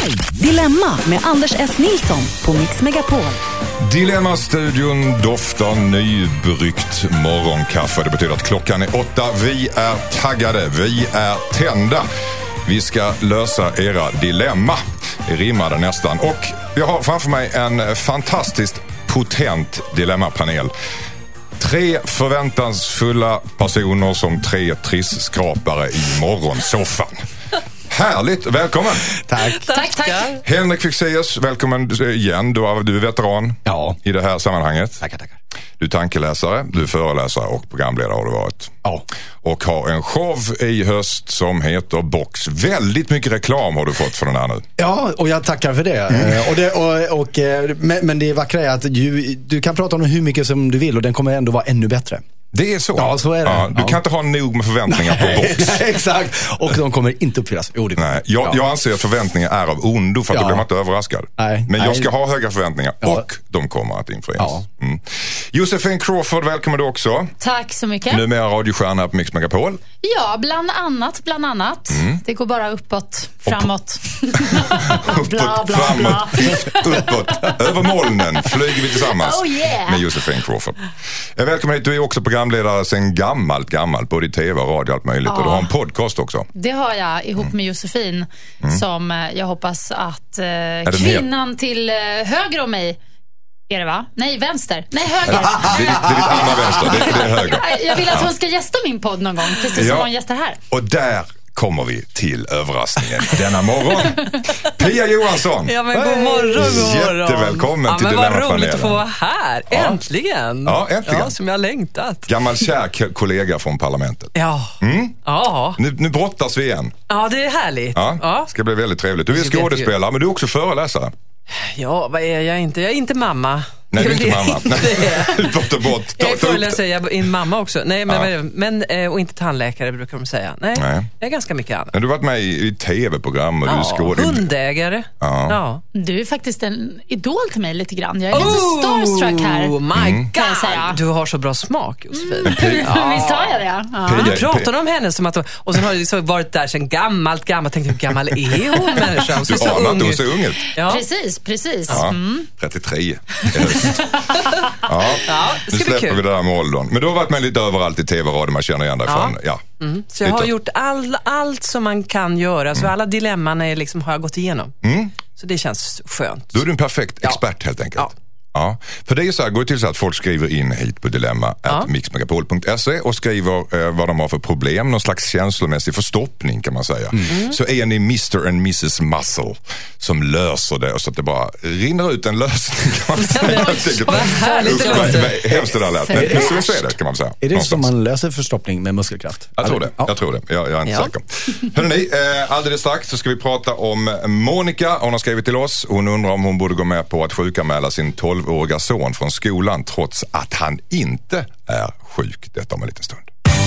Dilemma med Anders S. Nilsson på Mix Megapol. Dilemma-studion doftar nybryggt morgonkaffe. Det betyder att klockan är 8. Vi är taggade, vi är tända. Vi ska lösa era dilemma. Det rimmade nästan. Och jag har framför mig en fantastiskt potent dilemmapanel. 3 förväntansfulla personer som 3 trissskrapare i morgonsoffan. Härligt, välkommen. Tack. Henrik Fexeus, välkommen igen. Du är veteran i det här sammanhanget. Tackar. Du är tankeläsare, du är föreläsare och programledare har du varit. Ja. Och har en show i höst som heter Box. Väldigt mycket reklam har du fått för den här nu. Ja, och jag tackar för det. Men det vackra är att du kan prata om hur mycket som du vill och den kommer ändå vara ännu bättre. Det är så? Ja, så är det. Ja, du kan inte ha nog med förväntningar på Box. Nej, exakt. Och de kommer inte uppfyllas. Nej, jag anser att förväntningar är av ondo för att då blir man inte överraskad. Men jag ska ha höga förväntningar och de kommer att infrias. Ja. Josefin Crawford, välkommen du också. Tack så mycket. Numera radiostjärna på Mix Megapol. Ja, bland annat. Det går bara uppåt, framåt. Framåt, uppåt, över molnen flyger vi tillsammans med Josefin Crawford. Välkommen hit, du är också programledare sedan gammalt, både i tv och radio och allt möjligt. Och du har en podcast också. Det har jag ihop med Josefin som jag hoppas att kvinnan till höger om mig är det va? Nej, vänster. Nej, höger. Det är ditt andra vänster, det är höger. Jag vill att hon ska gästa min podd någon gång, precis som hon gästar här. Och där kommer vi till överraskningen denna morgon. Pia Johansson. Ja, men god morgon. Jättevälkommen till Dilemmapanelen. Dilemmapanelen. Vad roligt att få vara här. Äntligen. Ja, äntligen. Ja, som jag har längtat. Gammal kär kollega från parlamentet. Ja. Ja. Nu brottas vi igen. Ja, det är härligt. Ja. Ska bli väldigt trevligt. Du är skådespelare, men du är också föreläsare. Ja, vad är jag inte? Jag är inte mamma. Nej, du är inte mamma. Bort. Jag är föreläsare, jag är mamma också. Nej, men och inte tandläkare brukar de säga. Nej. Jag är ganska mycket annat. Men du har varit med i tv-program och du är skådespelare. Hundägare. Ja. Du är faktiskt en idol till mig lite grann. Jag är lite starstruck här. Oh my god. Du har så bra smak, Josefin. Visst har jag det? Ja. Du pratade om henne som att och sen har du så varit där sedan gammalt. Tänkte hur gammal är hon människan? Du anar att hon ser ung ut. Ja. Precis. Ja, 33. Nu släpper vi det där med åldern. Men du har varit med lite överallt i tv och radio, man känner igen dig från. Ja. Så jag har gjort allt som man kan göra. Så alla dilemman är liksom, har jag gått igenom. Så det känns skönt. Då är du en perfekt expert helt enkelt. Ja, för det är så här, går det till så att folk skriver in hit på dilemma@mixmegapol.se och skriver vad de har för problem, någon slags känslomässig förstoppning kan man säga. Så är ni Mr. and Mrs. Muscle som löser det och så att det bara rinner ut en lösning kan man säga. Vad härligt det låter. Hemskt det där lät. Men så är det kan man säga. Är det som man löser förstoppning med muskelkraft? Jag tror det. Jag är inte säker. Hörrni, alldeles strax så ska vi prata om Monica. Hon har skrivit till oss. Hon undrar om hon borde gå med på att sjukanmäla sin 12-åriga son från skolan trots att han inte är sjuk. Detta om en liten stund.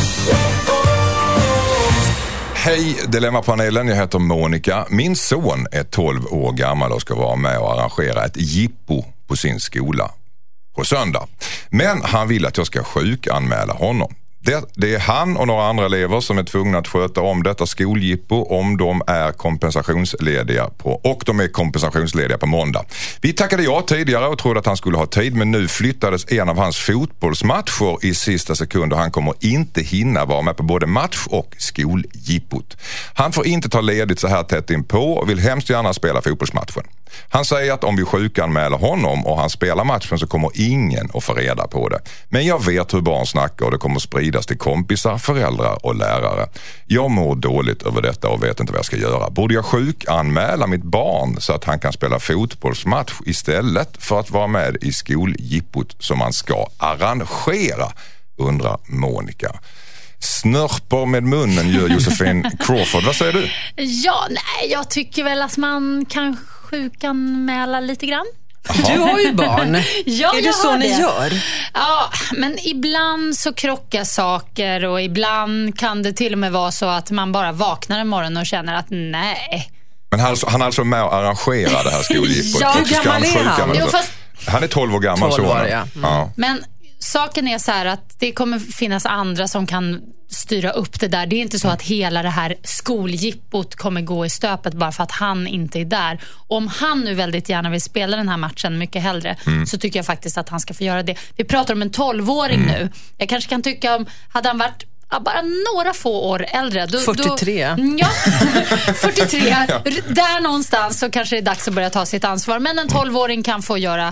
Hej Dilemmapanelen, jag heter Monica. Min son är 12 år gammal och ska vara med och arrangera ett jippo på sin skola på söndag. Men han vill att jag ska sjukanmäla honom. Det är han och några andra elever som är tvungna att sköta om detta skoljippo om de är kompensationslediga på måndag. Vi tackade ja tidigare och trodde att han skulle ha tid, men nu flyttades en av hans fotbollsmatcher i sista sekund och han kommer inte hinna vara med på både match och skoljippot. Han får inte ta ledigt så här tätt in på och vill hemskt gärna spela fotbollsmatchen. Han säger att om vi sjukanmäler honom och han spelar matchen så kommer ingen att få reda på det. Men jag vet hur barn snackar och det kommer spridas till kompisar, föräldrar och lärare. Jag mår dåligt över detta och vet inte vad jag ska göra. Borde jag sjukanmäla mitt barn så att han kan spela fotbollsmatch istället för att vara med i skoljippot som man ska arrangera? Undrar Monica. Snörper med munnen gör Josefin Crawford. Vad säger du? Jag tycker väl att man kan sjukanmäla lite grann. Du har ju barn. Är det så ni gör? Ja, men ibland så krockar saker och ibland kan det till och med vara så att man bara vaknar en morgon och känner att nej. Men han alltså med och arrangerar det här skoljippot. Hur gammal är han? Han är 12 år gammal. 12 år, ja. Men saken är så här att det kommer finnas andra som kan styra upp det där. Det är inte så att hela det här skolgippot kommer gå i stöpet bara för att han inte är där. Och om han nu väldigt gärna vill spela den här matchen mycket hellre, så tycker jag faktiskt att han ska få göra det. Vi pratar om en 12-åring nu. Jag kanske kan tycka om, hade han varit bara några få år äldre. 43. Ja, 43. Där någonstans så kanske det är dags att börja ta sitt ansvar. Men en 12-åring kan få göra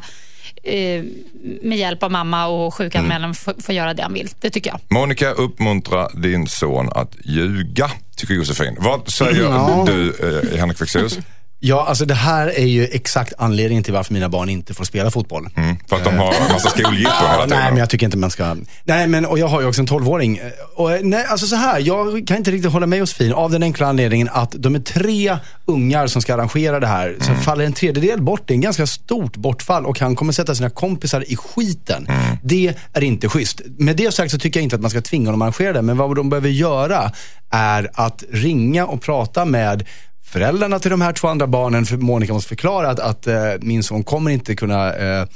med hjälp av mamma och sjukanmälan få göra det han vill. Det tycker jag. Monica, uppmuntra din son att ljuga, tycker Josefin. Vad säger du, Henrik Fexeus? Ja, alltså det här är ju exakt anledningen till varför mina barn inte får spela fotboll. För att de har en massa skolgipor hela tiden. Nej, men jag tycker inte man ska... Nej, men och jag har ju också en 12-åring. Och, nej, alltså så här, jag kan inte riktigt hålla med Josefin av den enkla anledningen att de är 3 ungar som ska arrangera det här. Så faller en tredjedel bort. Det är en ganska stort bortfall och han kommer sätta sina kompisar i skiten. Det är inte schysst. Med det sagt så tycker jag inte att man ska tvinga dem att arrangera det. Men vad de behöver göra är att ringa och prata med föräldrarna till de här 2 andra barnen. För Monica måste förklara att min son kommer inte kunna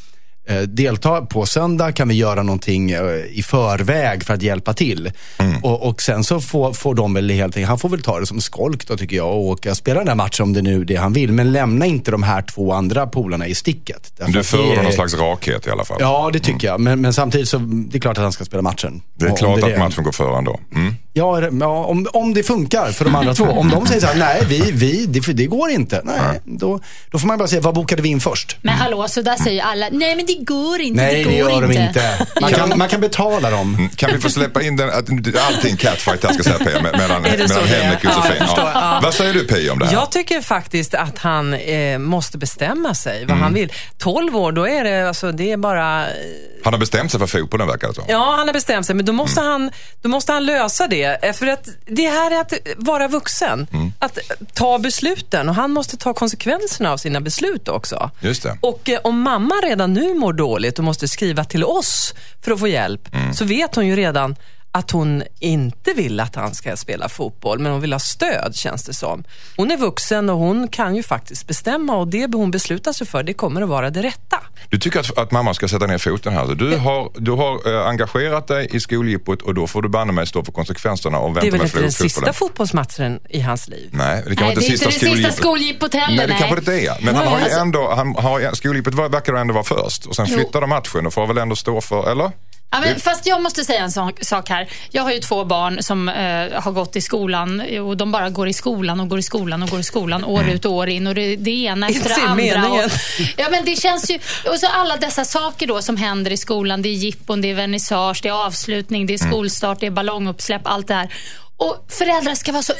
delta på söndag. Kan vi göra någonting i förväg för att hjälpa till? Och sen så får de väl helt enkelt, han får väl ta det som skolk då, tycker jag, och åka spela den där matchen om det nu är det han vill. Men lämna inte de här 2 andra polarna i sticket. Du förordar någon slags rakhet i alla fall. Ja, det tycker jag. Men samtidigt så det är klart att han ska spela matchen. Det är klart att matchen går före ändå. Ja, om det funkar för de andra 2. Om de säger så här, nej, det går inte. Nej, då får man bara säga, vad bokade vi in först? Men hallå, så där säger alla, nej men det går inte. Nej, det gör de inte. Man kan betala dem. Kan vi få släppa in den, allting catfight här ska säga Pia, mellan Henrik och Josefin. Ja. Vad säger du Pia om det här? Jag tycker faktiskt att han måste bestämma sig vad han vill. 12 år, då är det, alltså, det är bara... Han har bestämt sig för fotbollen, verkar det så. Ja, han har bestämt sig, men då måste han lösa det. För att det här är att vara vuxen. Att ta besluten, och han måste ta konsekvenserna av sina beslut också. Just det. Och om mamma redan nu mår dåligt och måste skriva till oss för att få hjälp, så vet hon ju redan att hon inte vill att han ska spela fotboll, men hon vill ha stöd, känns det som. Hon är vuxen och hon kan ju faktiskt bestämma, och det hon beslutar sig för, det kommer att vara det rätta. Du tycker att mamma ska sätta ner foten här. Du har engagerat dig i skolgippot, och då får du banne mig stå för konsekvenserna och vänta med fotbollen. Det är väl inte inte den sista fotbollsmatchen i hans liv? Nej, det kan nej, inte det är inte det sista skolgippot heller. Nej, det kanske inte är. Men han har ju ändå, skolgippot verkar ändå vara först, och sen flyttar de matchen och får väl ändå stå för, eller? Ja, men fast jag måste säga en sak här. Jag har ju 2 barn som har gått i skolan, och de bara går i skolan och går i skolan och går i skolan år ut och år in, och det ena efter det andra. Ja, men det känns ju, och så alla dessa saker då som händer i skolan, det är jippon, det är vernissage, det är avslutning, det är skolstart, det är ballonguppsläpp, allt det här. Och föräldrar ska vara så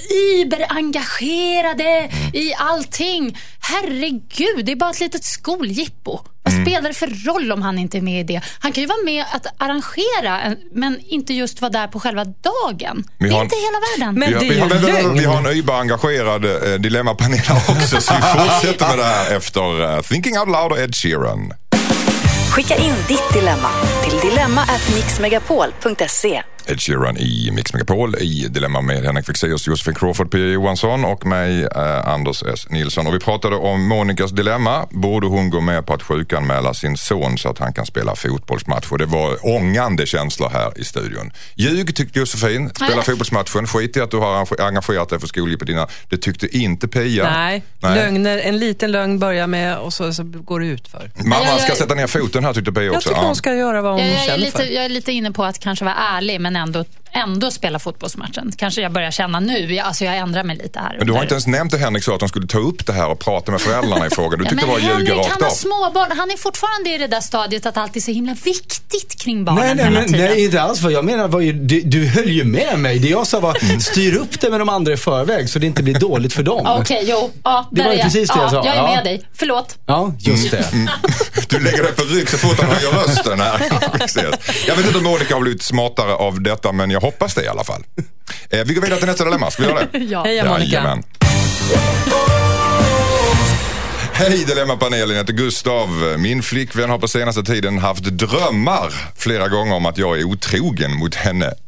engagerade i allting. Herregud, det är bara ett litet skolgippo. Vad spelar det för roll om han inte är med i det? Han kan ju vara med att arrangera, men inte just vara där på själva dagen. Det är inte hela världen. Men det är vi har en överengagerad dilemmapanel också, så vi fortsätter med det här efter Thinking Out Loud och Ed Sheeran. Skicka in ditt dilemma till dilemma@mixmegapol.se. Ed Sheeran i Mix Megapol i Dilemma med Henrik Fexeus, Josefin Crawford, Pia Johansson och mig, Anders S. Nilsson. Och vi pratade om Monikas dilemma. Borde hon gå med på att sjukanmäla sin son så att han kan spela fotbollsmatch? Och det var ångande känslor här i studion. Ljug tyckte Josefin, spela fotbollsmatchen. Skit i att du har engagerat dig för skolgippet dina. Det tyckte inte Pia. Nej. Lögner, en liten lögn börjar med och så går det ut för. Mamma ska sätta ner foten här, tyckte Pia också. Jag tycker hon ska göra vad hon känner för. Jag är lite inne på att kanske vara ärlig, men ändå spela fotbollsmatchen. Kanske jag börjar känna nu. Alltså jag ändrar mig lite här. Men du har inte ens nämnt till Henrik så att de skulle ta upp det här och prata med föräldrarna i frågan. Du tyckte det var ljuga rakt av. Han har småbarn. Han är fortfarande i det där stadiet att allt är så himla viktigt kring barnen hela tiden. Nej, inte alls. För jag menar, du höll ju med mig. Det jag sa var, styr upp det med de andra i förväg så det inte blir dåligt för dem. Okej, jo. Ja, det var precis det jag sa. Jag är med dig. Förlåt. Ja, just det. Du lägger dig på rygg så fort han höjer rösten här. Jag vet inte om Monica har blivit smartare av detta, men jag hoppas det i alla fall. Vi går vidare till nästa dilemma. Ska vi göra det? Ja. Hej Monica. Jajamän. Hej Dilemmapanelen, jag heter Gustav. Min flickvän har på senaste tiden haft drömmar flera gånger om att jag är otrogen mot henne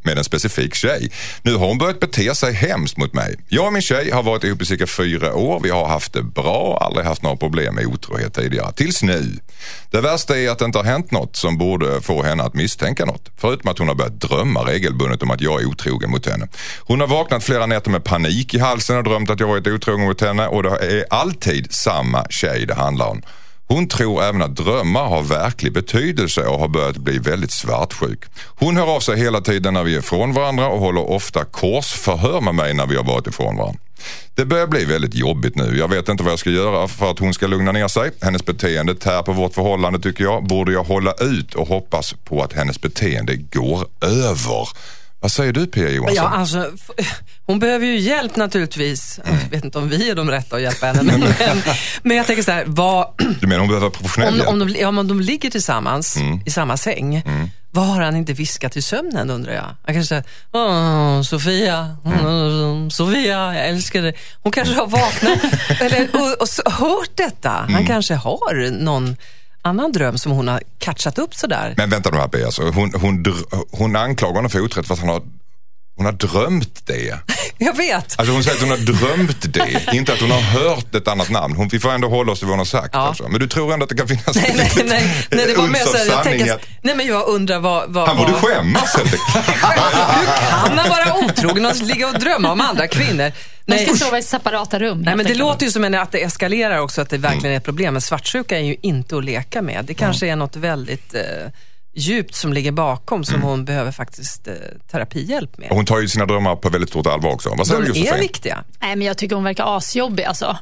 med en specifik tjej. Nu har hon börjat bete sig hemskt mot mig. Jag och min tjej har varit ihop i cirka 4 år. Vi har haft det bra, aldrig haft några problem med otrohet tidigare. Tills nu. Det värsta är att det inte har hänt något som borde få henne att misstänka något. Förutom att hon har börjat drömma regelbundet om att jag är otrogen mot henne. Hon har vaknat flera nätter med panik i halsen och drömt att jag varit otrogen mot henne. Och det är alltid samma tjej det handlar om. Hon tror även att drömmar har verklig betydelse och har börjat bli väldigt svartsjuk. Hon hör av sig hela tiden när vi är från varandra och håller ofta korsförhör med mig när vi har varit ifrån varandra. Det börjar bli väldigt jobbigt nu. Jag vet inte vad jag ska göra för att hon ska lugna ner sig. Hennes beteende tär på vårt förhållande tycker jag. Borde jag hålla ut och hoppas på att hennes beteende går över? Vad säger du, Pia Johansson? Ja, alltså, hon behöver ju hjälp naturligtvis. Jag vet inte om vi är de rätta att hjälpa henne. Men jag tänker så här, Du menar hon behöver professionell hjälp? Om de ligger tillsammans i samma säng, vad har han inte viskat i sömnen, undrar jag? Han kanske säger, Sofia, Sofia, jag älskar dig. Hon kanske har vaknat och hört detta. Han kanske har någon annan dröm som hon har catchat upp sådär. Men vänta nu här, Pia. Alltså, hon anklagar honom för otrohet för att hon har drömt det. Jag vet. Alltså hon säger att hon har drömt det. Inte att hon har hört ett annat namn. Vi får ändå hålla oss till vad hon har sagt. Ja. Alltså. Men du tror ändå att det kan finnas nej, det var mer så här, jag tänker, nej, men jag undrar vad han borde skämmas helt enkelt. Hur kan man vara otrogen och ligga och drömma om andra kvinnor? Man ska sova i separata rum. Nej, men det låter ju som att det eskalerar också, att det verkligen är ett problem. Men svartsjuka är ju inte att leka med. Det kanske är något väldigt djupt som ligger bakom som hon behöver faktiskt terapihjälp med. Och hon tar ju sina drömmar på väldigt stort allvar också. Vad säger du, Josefin? De är viktiga. Nej, men jag tycker hon verkar asjobbig alltså.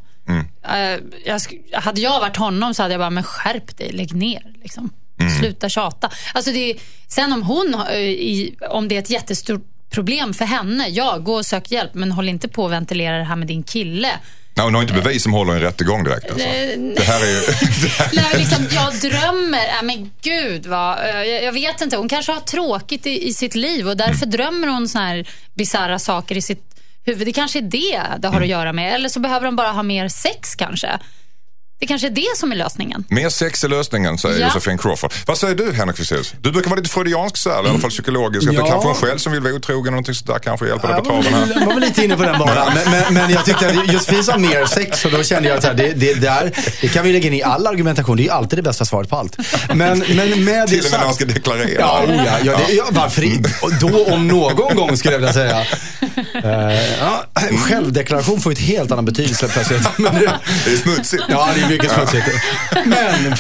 Hade jag varit honom så hade jag bara, men skärp dig, lägg ner liksom. Sluta tjata. Alltså sen om det är ett jättestort problem för henne, gå och sök hjälp, men håll inte på att ventilera det här med din kille. Nej, hon har inte bevis som håller en rättegång direkt. Alltså. Det här är ju... Nej, liksom, jag drömmer, men gud jag vet inte, hon kanske har tråkigt i sitt liv och därför drömmer hon såna här bizarra saker i sitt huvud. Det kanske är det har att göra med. Eller så behöver de bara ha mer sex kanske. Det kanske är det som är lösningen. Mer sex är lösningen, säger Josefin Crawford. Vad säger du, Henrik Fexeus? Du brukar vara lite freudiansk så här, i alla fall psykologisk. Att det kanske en själv som vill vara otrogen och någonting sådär kanske hjälper dig på traven här. Jag var väl lite inne på den bara. Men jag tyckte att Josefin sa mer sex och då kände jag att det kan vi lägga in i all argumentation. Det är ju alltid det bästa svaret på allt. Men med till och med när man ska deklarera. Varför då om någon gång skulle jag vilja säga. Självdeklaration får ett helt annan betydelse plötsligt. Det är smutsigt. Ja, det är mycket smutsigt. Men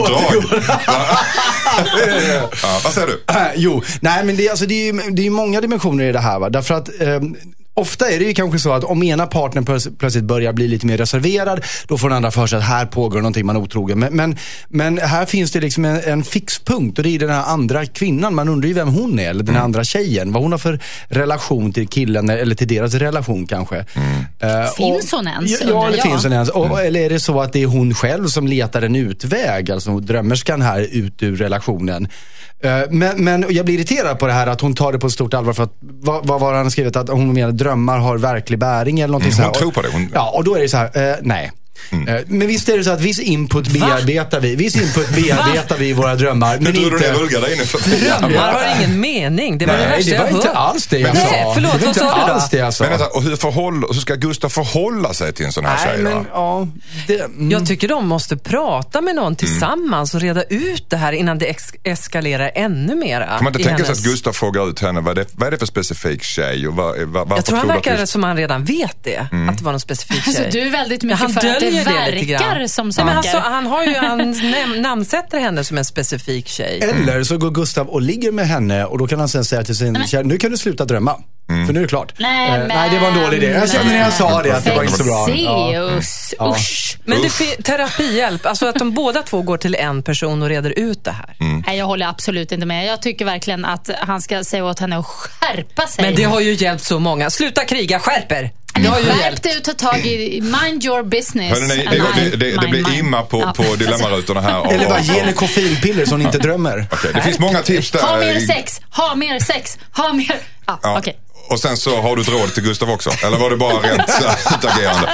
vad säger du? Det är många dimensioner i det här, va? Därför att ofta är det ju kanske så att om ena partnern plötsligt börjar bli lite mer reserverad, då får den andra för sig att här pågår någonting man är otrogen. Men här finns det liksom en fixpunkt, och det är den här andra kvinnan. Man undrar ju vem hon är, eller den andra tjejen. Vad hon har för relation till killen, eller till deras relation kanske. Finns hon ens? Ja, eller finns hon ens? Eller är det så att det är hon själv som letar en utväg, alltså drömmerskan här ut ur relationen? Men jag blir irriterad på det här att hon tar det på stort allvar, för att vad var han skrivit, att hon menar drömmar har verklig bäring eller någonting så här. Hon tror på det. Ja, och då är det så här, nej. Men visst är det så att viss input bearbetar vi i våra drömmar, men inte drömmar har ingen mening. Det var det värsta jag hört. Inte alls det jag sa. Förlåt, vad sa du då? Men och hur ska Gustav förhålla sig till en sån här tjej? Jag tycker de måste prata med någon tillsammans och reda ut det här innan det eskalerar ännu mer. Kan man inte tänka sig att Gustav frågar ut henne, vad är det för specifik tjej? Och jag tror han verkar som han redan vet det, att det var någon specifik tjej. Alltså, du är väldigt mycket för att det verkar som saker. Nej, men han namnsätter henne som en specifik tjej. Eller så går Gustav och ligger med henne, och då kan han sen säga till sin tjej, nu kan du sluta drömma. För nu är det klart. Nej, det var en dålig idé. Jag kände när jag sa det att det var inte så bra. Usch. Men terapihjälp, alltså att de båda två går till en person och reder ut det här. Nej, jag håller absolut inte med. Jag tycker verkligen att han ska säga åt henne att skärpa sig. Men det har ju hjälpt så många. Sluta kriga, skärper! Skärp dig och ta tag i mind your business. Det blir imma på dilemmarutorna här. Eller bara ge henne koffeinpiller så hon inte drömmer. Okay, det finns många tips där. Ha mer sex. Okay. Och sen så har du ett råd till Gustav också. Eller var det bara rent utagerande?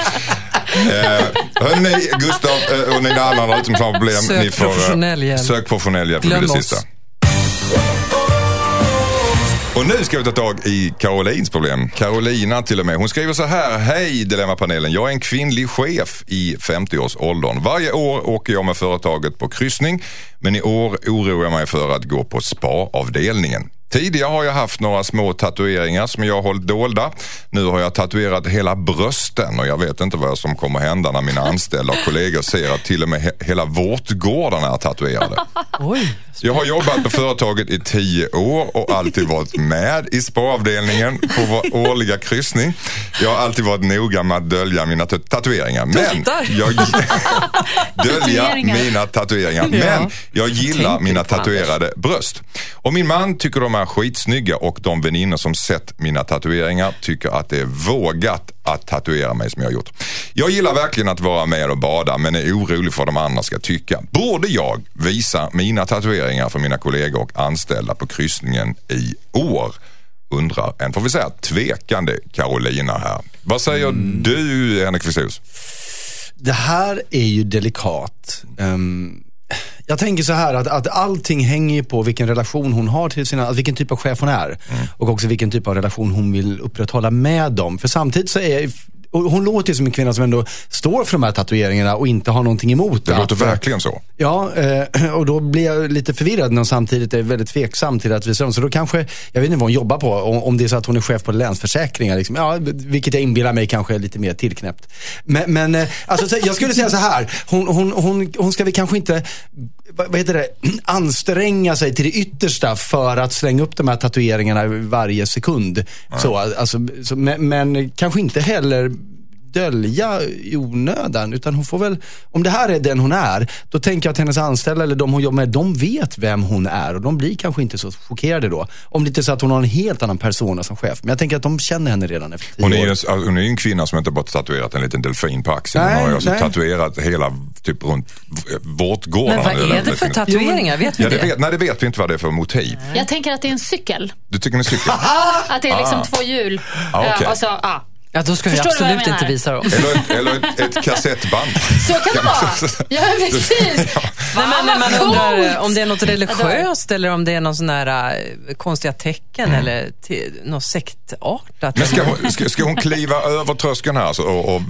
Hörrni, Gustav och ni andra har lite samma problem. Sök professionell hjälp. Sök professionell hjälp. Det blir det sista. Och nu ska vi ta tag i Karolins problem. Karolina till och med. Hon skriver så här: hej Dilemmapanelen, jag är en kvinnlig chef i 50-årsåldern. Varje år åker jag med företaget på kryssning, men i år oroar jag mig för att gå på spa-avdelningen. Tidigare har jag haft några små tatueringar som jag har hållit dolda. Nu har jag tatuerat hela brösten och jag vet inte vad som kommer hända när mina anställda och kollegor ser att till och med hela vårtgårdarna är tatuerade. Oj. Jag har jobbat på företaget i 10 år och alltid varit med i spaavdelningen på vår årliga kryssning. Jag har alltid varit noga med att dölja mina tatueringar. Men dölja mina tatueringar. Men jag gillar mina tatuerade bröst. Och min man tycker de är skitsnygga och de väninnor som sett mina tatueringar tycker att det är vågat att tatuera mig som jag har gjort. Jag gillar verkligen att vara med och bada, men är orolig för vad de andra ska tycka. Borde jag visa mina tatueringar för mina kollegor och anställda på kryssningen i år? Undrar en, får vi säga, tvekande Karolina här. Vad säger du, Henrik Fexeus? Det här är ju delikat. Jag tänker så här att allting hänger på vilken relation hon har till sina, vilken typ av chef hon är. Och också vilken typ av relation hon vill upprätthålla med dem. För samtidigt så är och hon låter ju som en kvinna som ändå står för de här tatueringarna och inte har någonting emot det. Det låter verkligen så. Ja, och då blir jag lite förvirrad när hon samtidigt är väldigt tveksam till att visa dem. Så då kanske, jag vet inte vad hon jobbar på, om det är så att hon är chef på Länsförsäkringar. Liksom. Ja, vilket jag inbillar mig kanske är lite mer tillknäppt. Men alltså, jag skulle säga så här, hon ska väl kanske inte, vad heter det, anstränga sig till det yttersta för att slänga upp de här tatueringarna varje sekund. Så, alltså, men kanske inte heller dölja i onödan, utan hon får väl, om det här är den hon är, då tänker jag att hennes anställda eller de hon jobbar med, de vet vem hon är och de blir kanske inte så chockerade då, om det inte är så att hon har en helt annan persona som chef, men jag tänker att de känner henne redan efter 10 år. Hon är ju en kvinna som inte bara tatuerat en liten delfin på axeln, hon har ju alltså tatuerat hela typ runt vårtgården. Men vad är det för tatueringar? Vet vi det? Nej, det vet vi inte vad det är för motiv. Jag tänker att det är en cykel. Du tycker en cykel? Att det är liksom 2 hjul. Okay. Och så, ja, då ska vi absolut inte visa dem. Eller ett kassettband. Så kan det vara. Ja, precis. Nej, men man undrar om det är något religiöst eller om det är någon sån här konstiga tecken eller något sektartat. Men ska hon kliva över tröskeln här alltså, och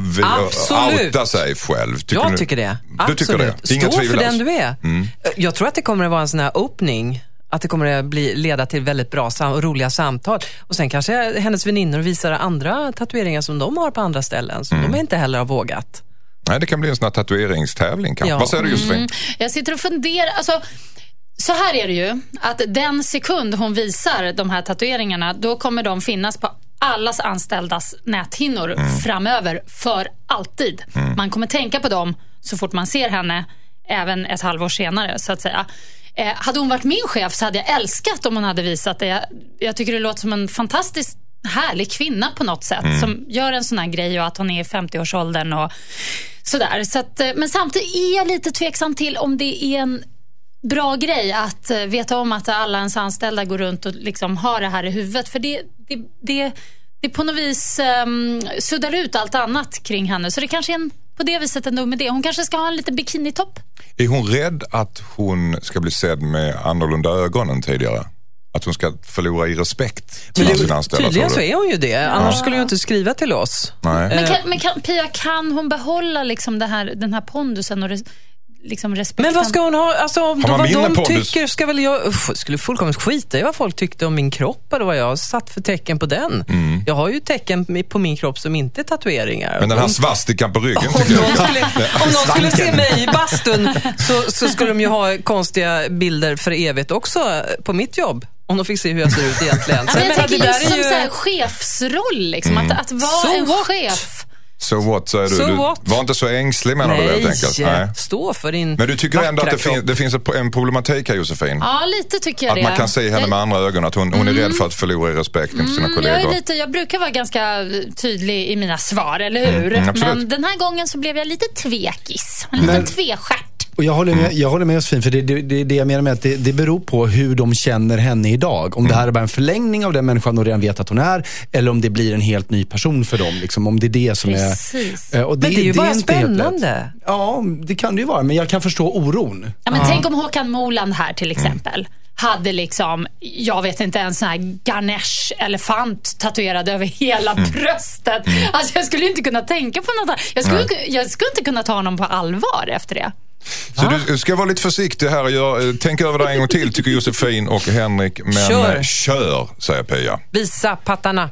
outa sig själv? Jag tycker det. Du tycker det? Inga Stå tvivel för den du är. Jag tror att det kommer att vara en sån här öppning. Att det kommer att leda till väldigt bra och roliga samtal. Och sen kanske hennes väninnor visar andra tatueringar som de har på andra ställen. Som de inte heller har vågat. Nej, det kan bli en sån här tatueringstävling. Ja. Vad säger du, Josefin? Jag sitter och funderar. Alltså, så här är det ju. Att den sekund hon visar de här tatueringarna, då kommer de finnas på allas anställdas näthinnor framöver för alltid. Man kommer tänka på dem så fort man ser henne, även ett halvår senare så att säga. Hade hon varit min chef så hade jag älskat om hon hade visat det. Jag tycker det låter som en fantastiskt härlig kvinna på något sätt som gör en sån här grej och att hon är i 50-årsåldern och sådär. Så att, men samtidigt är jag lite tveksam till om det är en bra grej att veta om att alla ens anställda går runt och liksom har det här i huvudet. För det på något vis suddar ut allt annat kring henne. Så det kanske är på det viset en dum idé. Hon kanske ska ha en liten bikinitopp. Är hon rädd att hon ska bli sedd med annorlunda ögon än tidigare? Att hon ska förlora i respekt till sina anställda? Tydligen så är hon ju det. Annars skulle hon inte skriva till oss. Nej. Men Pia, kan hon behålla liksom den här pondusen och liksom respekten? Men vad ska hon ha? Alltså, vad de pondus? tycker ska väl jag skulle fullkomligt skita i vad folk tyckte om min kropp eller vad jag har satt för tecken på den. Jag har ju tecken på min kropp som inte är tatueringar. Men den här svastikan på ryggen tycker jag. Om någon skulle se mig i bastun så skulle de ju ha konstiga bilder för evigt också på mitt jobb. Om de fick se hur jag ser ut egentligen. Men jag tänker just som så här chefsroll liksom, att vara en chef. So what, säger du? Du var inte så ängslig menar du helt enkelt. Nej, stå för din. Men du tycker ändå att det finns en problematik här, Josefin? Ja, lite tycker jag att det. Att man kan se henne med andra ögon, att hon är rädd för att förlora i respekten för sina kollegor. Jag brukar vara ganska tydlig i mina svar, eller hur? Men den här gången så blev jag lite tvekis. En liten tvestjärt. Och jag håller med Josefin, för det jag menar med att det beror på hur de känner henne idag. Om det här är bara en förlängning av den människan de redan vet att hon är, eller om det blir en helt ny person för dem. Liksom, om det är det som är... Och men det är ju bara spännande. Ja, det kan det ju vara, men jag kan förstå oron. Ja, men tänk om Håkan Moland här till exempel hade liksom, jag vet inte, en sån här Ganesh-elefant tatuerad över hela bröstet. Alltså jag skulle inte kunna tänka på något annat. Jag skulle inte kunna ta honom på allvar efter det. Så du ska vara lite försiktig här. Tänk över det en gång till, tycker Josefin och Henrik. Men kör, säger Pia. Visa pattarna.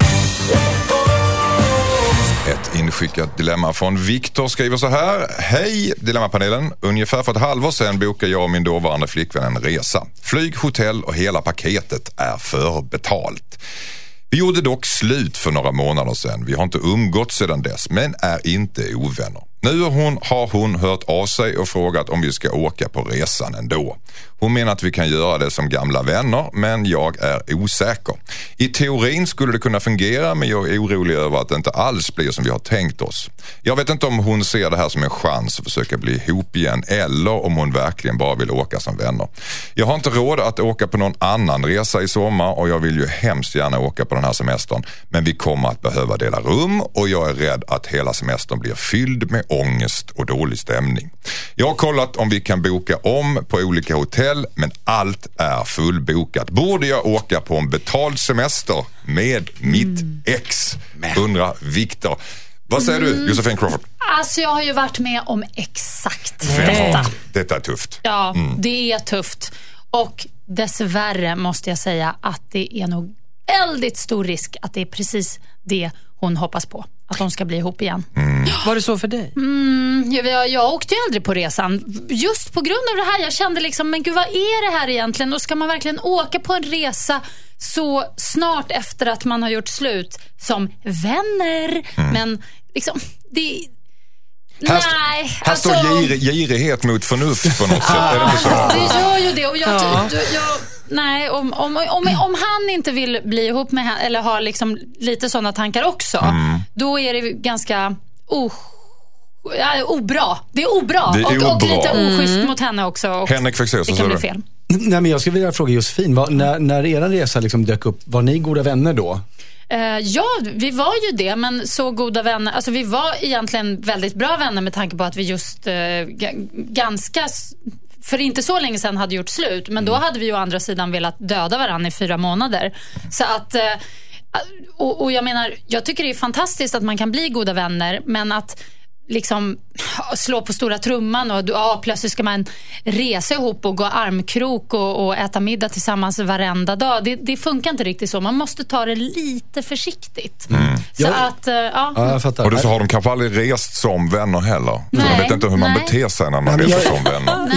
Ett inskickat dilemma från Viktor skriver så här. Hej Dilemmapanelen. Ungefär för ett halvår sedan bokade jag och min dåvarande flickvän en resa. Flyg, hotell och hela paketet är förbetalt. Vi gjorde dock slut för några månader sedan. Vi har inte umgått sedan dess, men är inte ovänner. Nu har hon hört av sig och frågat om vi ska åka på resan ändå. Hon menar att vi kan göra det som gamla vänner, men jag är osäker. I teorin skulle det kunna fungera, men jag är orolig över att det inte alls blir som vi har tänkt oss. Jag vet inte om hon ser det här som en chans att försöka bli ihop igen, eller om hon verkligen bara vill åka som vänner. Jag har inte råd att åka på någon annan resa i sommar och jag vill ju hemskt gärna åka på den här semestern, men vi kommer att behöva dela rum och jag är rädd att hela semestern blir fylld med ångest och dålig stämning. Jag har kollat om vi kan boka om på olika hotell, men allt är fullbokat. Borde jag åka på en betald semester med mitt ex? Undrar Viktor. Vad säger du, Josefin Crawford? Alltså jag har ju varit med om exakt detta är tufft. Ja, det är tufft. Och dessvärre måste jag säga att det är nog väldigt stor risk att det är precis det hon hoppas på. Att de ska bli ihop igen. Var det så för dig? Jag åkte ju aldrig på resan. Just på grund av det här. Jag kände liksom, men gud, vad är det här egentligen? Och ska man verkligen åka på en resa så snart efter att man har gjort slut som vänner? Men liksom, det... Här står girighet mot förnuft på något sätt. Är det inte så? Det gör ju det. Och nej, om han inte vill bli ihop med henne, eller har liksom lite sådana tankar också, då är det ganska obra. Det är obra. Och lite oschysst mot henne också. Och Henrik fick se, så det kan bli fel. Nej, men jag skulle vilja fråga Josefin, när era resa liksom dök upp, var ni goda vänner då? Ja, vi var ju det, men så goda vänner. Alltså vi var egentligen väldigt bra vänner med tanke på att vi just ganska... För inte så länge sedan hade gjort slut. Men då hade vi ju å andra sidan velat döda varandra i 4 månader. Så att... Och jag menar, jag tycker det är fantastiskt att man kan bli goda vänner. Men att liksom slå på stora trumman och plötsligt ska man resa ihop och gå armkrok och äta middag tillsammans varenda dag. Det funkar inte riktigt så. Man måste ta det lite försiktigt. Så att, jag fattar. Och så har de kanske aldrig rest som vänner heller. Nej, så de vet inte hur man beter sig när man reser som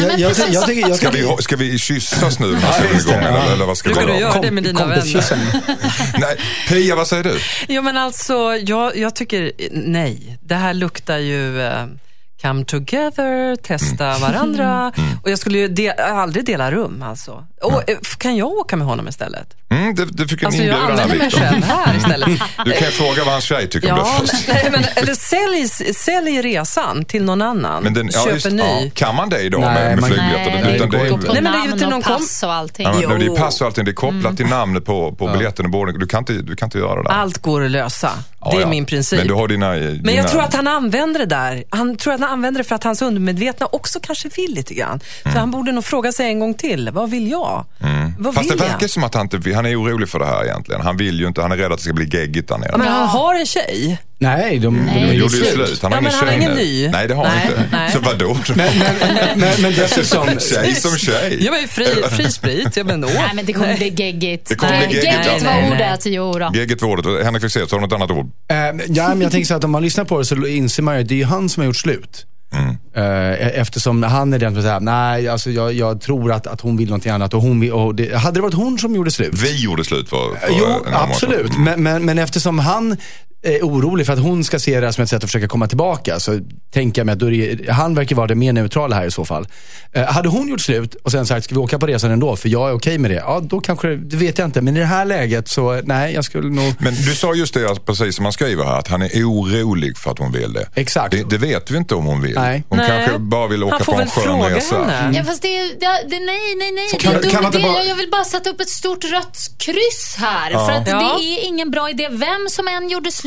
vänner. Ska vi kyssas nu den här gången? Eller vad ska vi göra? Gör det med dina vänner. Nej, Pia, vad säger du? Ja, men alltså, jag tycker nej. Det här luktar ju come together, testa varandra. Och jag skulle ju aldrig dela rum alltså. Och, kan jag åka med honom istället? Det fick alltså jag använder mig själv här istället. Du kan fråga vad hans tjej tycker om det först. Eller sälj resan till någon annan. Men köp en ny. Kan man det idag med flygbiljetter? Nej, det går på namn och pass och allting. Ja, det är pass och allting, det är kopplat till namnet på biljetten och boarding. Du kan inte göra det där. Allt går att lösa. Det är min princip. Men du har dina... Men jag tror att han använder det där. Han tror att han använder det för att hans undermedvetna också kanske vill lite grann. Så han borde nog fråga sig en gång till. Vad vill jag? Fast det verkar som att han är orolig för det här egentligen. Han vill ju inte, han är rädd att det ska bli geggigt där nere. Men han har en tjej. Nej, de gjorde ju slut. Han har ingen tjej. Han har ingen ny. Nej, det har han inte. Nej. Så vadå? Men dessutom... Tjej som tjej. Jag var ju fri sprit. Nej, men det kommer bli geggigt. Geggigt var ordet, Geggigt var ordet. Henrik fick se, så har du något annat ord? Ja, men jag tänker så att om man lyssnar på det så inser man ju att det är han som har gjort slut. Eftersom han är den som säger nej, alltså jag tror att hon vill någonting annat och hon vill, hade det varit hon som gjorde slut? Vi gjorde slut för jo, absolut. Men eftersom han är orolig för att hon ska se det som ett sätt att försöka komma tillbaka, så tänker jag mig att då han verkar vara det mer neutrala här i så fall. Hade hon gjort slut och sen sagt, ska vi åka på resan ändå för jag är okej med det, ja då kanske, det vet jag inte, men i det här läget så nej, jag skulle nog... Men du sa just det, precis som man skriver här, att han är orolig för att hon vill det. Exakt. Det vet vi inte om hon vill. Nej. Hon kanske bara vill åka på en skön resa. Ja, fast nej, det är en dum idé. Jag vill bara sätta upp ett stort rött kryss här, för att det är ingen bra idé. Vem som än gjorde slut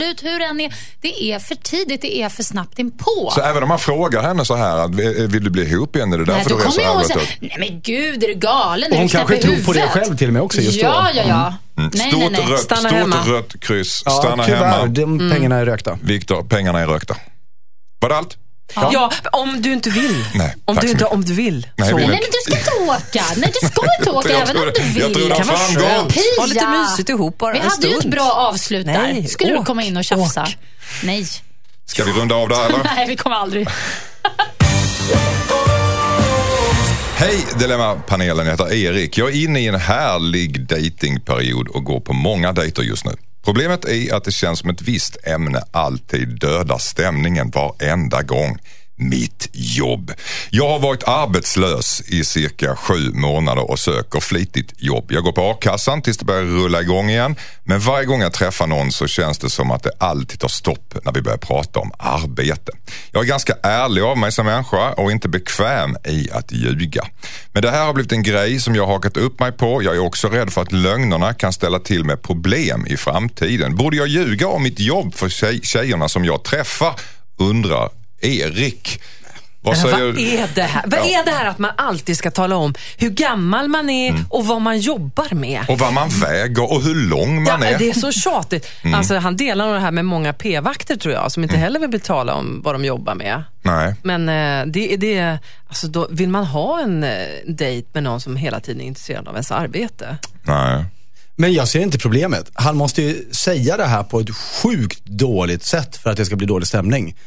absolut, hur än är, det är för tidigt, det är för snabbt inpå. Så även om man frågar henne så här, vill du bli ihop igen? Är det därför du är så arbetslös? Nej men gud, är du galen? Och hon kanske tror på det själv till och med också just då. Ja. Nej. Stort rött kryss, stanna tyvärr, hemma. De pengarna är rökta. Viktor, pengarna är rökta. Var det allt? Ja, om du inte vill. Nej, om du vill. Nej, men du ska inte åka. Nej, du ska inte åka även om du vill. Jag tror det framgår. Ha lite mysigt ihop bara. Vi hade ju ett bra avslut där. Skulle du komma in och tjafsa? Åk. Nej. Ska vi runda av där eller? Nej, vi kommer aldrig. Hej Dilemma-panelen, jag heter Erik. Jag är inne i en härlig datingperiod och går på många dejter just nu. Problemet är att det känns som ett visst ämne alltid dödar stämningen varenda gång. Mitt jobb. Jag har varit arbetslös i cirka 7 månader och söker flitigt jobb. Jag går på a-kassan tills det börjar rulla igång igen. Men varje gång jag träffar någon så känns det som att det alltid tar stopp när vi börjar prata om arbete. Jag är ganska ärlig av mig som människa och inte bekväm i att ljuga. Men det här har blivit en grej som jag har hakat upp mig på. Jag är också rädd för att lögnerna kan ställa till med problem i framtiden. Borde jag ljuga om mitt jobb för tjejerna som jag träffar? Undrar Erik. Vad är det här? Vad är det här att man alltid ska tala om hur gammal man är och vad man jobbar med? Och vad man väger och hur lång man är. Det är så tjatigt. Alltså, han delar det här med många p-vakter tror jag som inte heller vill tala om vad de jobbar med. Nej. Men alltså då vill man ha en dejt med någon som hela tiden är intresserad av ens arbete? Nej. Men jag ser inte problemet. Han måste ju säga det här på ett sjukt dåligt sätt för att det ska bli dålig stämning.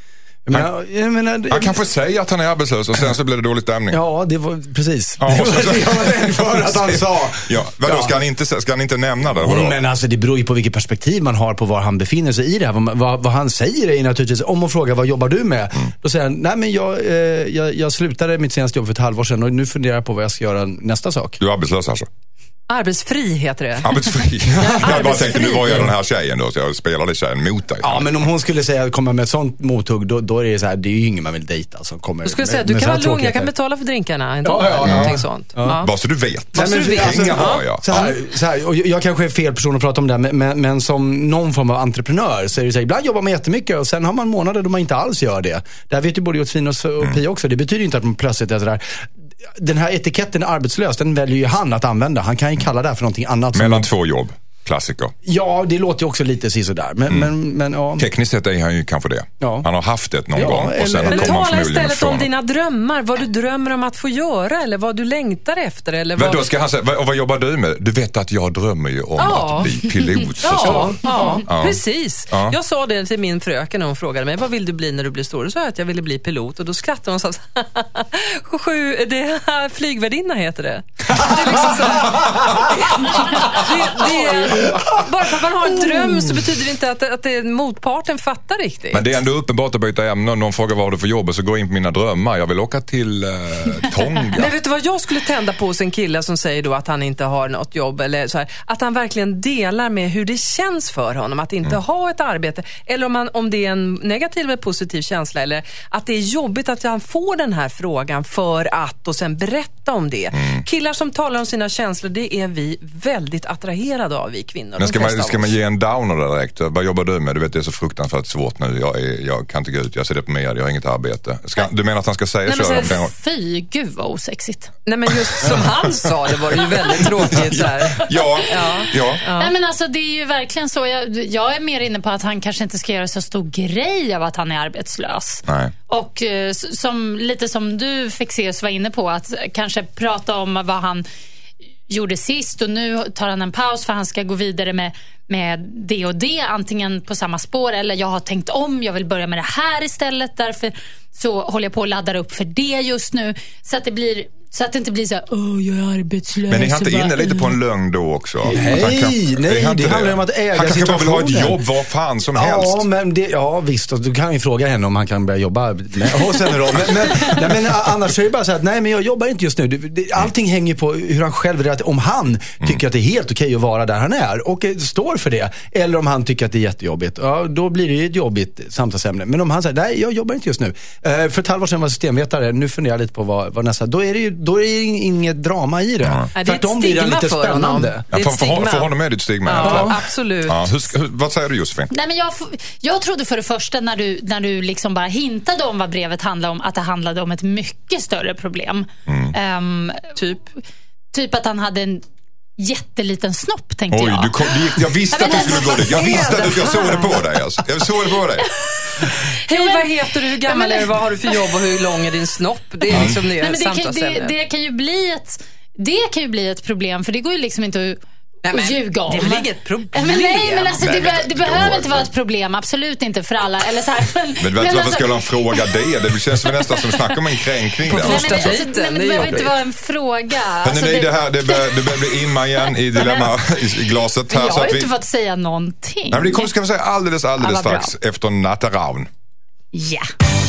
Han kan få säga att han är arbetslös och sen så blir det dålig stämning. Ja, det var precis. Ja, det var det jag var rädd för att han sa. Ja, vadå, ska han inte nämna det? Men alltså det beror ju på vilket perspektiv man har på var han befinner sig i det här. Vad han säger är naturligtvis, om man frågar vad jobbar du med? Då säger han, nej men jag slutade mitt senaste jobb för ett halvår sedan och nu funderar jag på vad jag ska göra nästa sak. Du är arbetslös alltså? Arbetsfri heter det. Arbetsfri. Jag bara tänkte, nu var jag den här tjejen då, så jag spelade tjejen mot dig. Ja, men om hon skulle säga komma med ett sånt mothugg, då är det så här, det är ju ingen man vill dejta som kommer. Du skulle säga, du kan vara lugn, jag kan betala för drinkarna. Någonting sånt. Ja. Bara så du vet. Pengar har jag. Så här, och jag kanske är fel person att prata om det här, men som någon form av entreprenör så är det så här, ibland jobbar man jättemycket och sen har man månader då man inte alls gör det. Där vet ju både Josefin och Pia också. Det betyder inte att man plötsligt är sådär. Den här etiketten arbetslös, den väljer ju han att använda. Han kan ju kalla det här för någonting annat. Mellan 2 jobb. Klassiker. Ja, det låter ju också lite sådär. Men ja. Tekniskt sett är han ju kanske det. Ja. Han har haft det någon gång. Och sen men tala istället om dina drömmar. Vad du drömmer om att få göra. Eller vad du längtar efter. Eller vad... Då ska han säga, vad jobbar du med? Du vet att jag drömmer ju om att bli pilot. Ja, precis. Ja. Jag sa det till min fröken när hon frågade mig, vad vill du bli när du blir stor? Då sa jag att jag ville bli pilot. Och då skrattade hon och sa, det är flygvärdinna heter det. Det är liksom så här. Bara för att man har en dröm så betyder det inte att motparten fattar riktigt. Men det är ändå uppenbart att byta ämne. Någon frågar vad du för jobb och så går jag in på mina drömmar. Jag vill åka till Tonga. Men vet du vad jag skulle tända på hos en kille som säger då att han inte har något jobb eller så här, att han verkligen delar med hur det känns för honom att inte ha ett arbete, eller om det är en negativ eller positiv känsla, eller att det är jobbigt att han får den här frågan för att och sen berätta om det. Killar som talar om sina känslor, det är vi väldigt attraherade av, vi kvinnor. Men ska man ge en downer direkt? Vad jobbar du med? Du vet, det är så fruktansvärt svårt nu. Jag kan inte gå ut, jag ser det på mig, jag har inget arbete. Du menar att han ska säga så? Fy, gud vad osexigt. Nej, men just som han sa, det var ju väldigt tråkigt där. Ja. Nej, men alltså det är ju verkligen så. Jag är mer inne på att han kanske inte ska göra så stor grej av att han är arbetslös. Nej. Och lite som du Fexeus var inne på, att kanske prata om vad han gjorde sist och nu tar han en paus för han ska gå vidare med det och det, antingen på samma spår eller jag har tänkt om, jag vill börja med det här istället, därför så håller jag på att ladda upp för det just nu, så att det inte blir så här, jag är arbetslös. Men ni har inte inne lite på en lögn då också? Nej, det handlar om att äga han kanske bara situationen. vill ha ett jobb var fan som helst. Visst, du kan ju fråga henne om han kan börja jobba hos henne då. Men annars är det bara så här, nej men jag jobbar inte just nu. Allting hänger på hur han själv, om han tycker att det är helt okej att vara där han är och står för det. Eller om han tycker att det är jättejobbigt. Ja, då blir det ju ett jobbigt samtalsämne. Men om han säger, nej, jag jobbar inte just nu. För ett halvår sedan var jag systemvetare. Nu funderar jag lite på vad nästa. Då är det inget drama i det. Ja, det är ett de blir stigma lite för spännande. honom. Ja, för honom är det ett stigma. Ja, absolut. Ja, vad säger du, Josefin? Nej, men jag trodde för det första när du liksom bara hintade om vad brevet handlade om, att det handlade om ett mycket större problem. Typ att han hade en jätteliten snopp, tänkte jag. Jag visste att du skulle gå dit. Jag såg det på dig. Alltså. Jag såg det på dig. Hej, vad heter du? Hur gammal är du? Vad har du för jobb? Och hur lång är din snopp? Det är liksom det kan ju bli ett problem, för det går ju liksom inte att ljuga om. Det är väl inget problem? Det behöver inte vara ett problem. Absolut inte för alla. Eller så här, men varför skulle han fråga det? Det känns nästan som snackar om en kränkning. På första dejten. Det behöver inte vara en fråga. Det börjar bli imma igen i dilemma i glaset här. Jag har inte fått säga någonting. Nej, det ska vi säga alldeles strax efter Natta Ravn. Ja.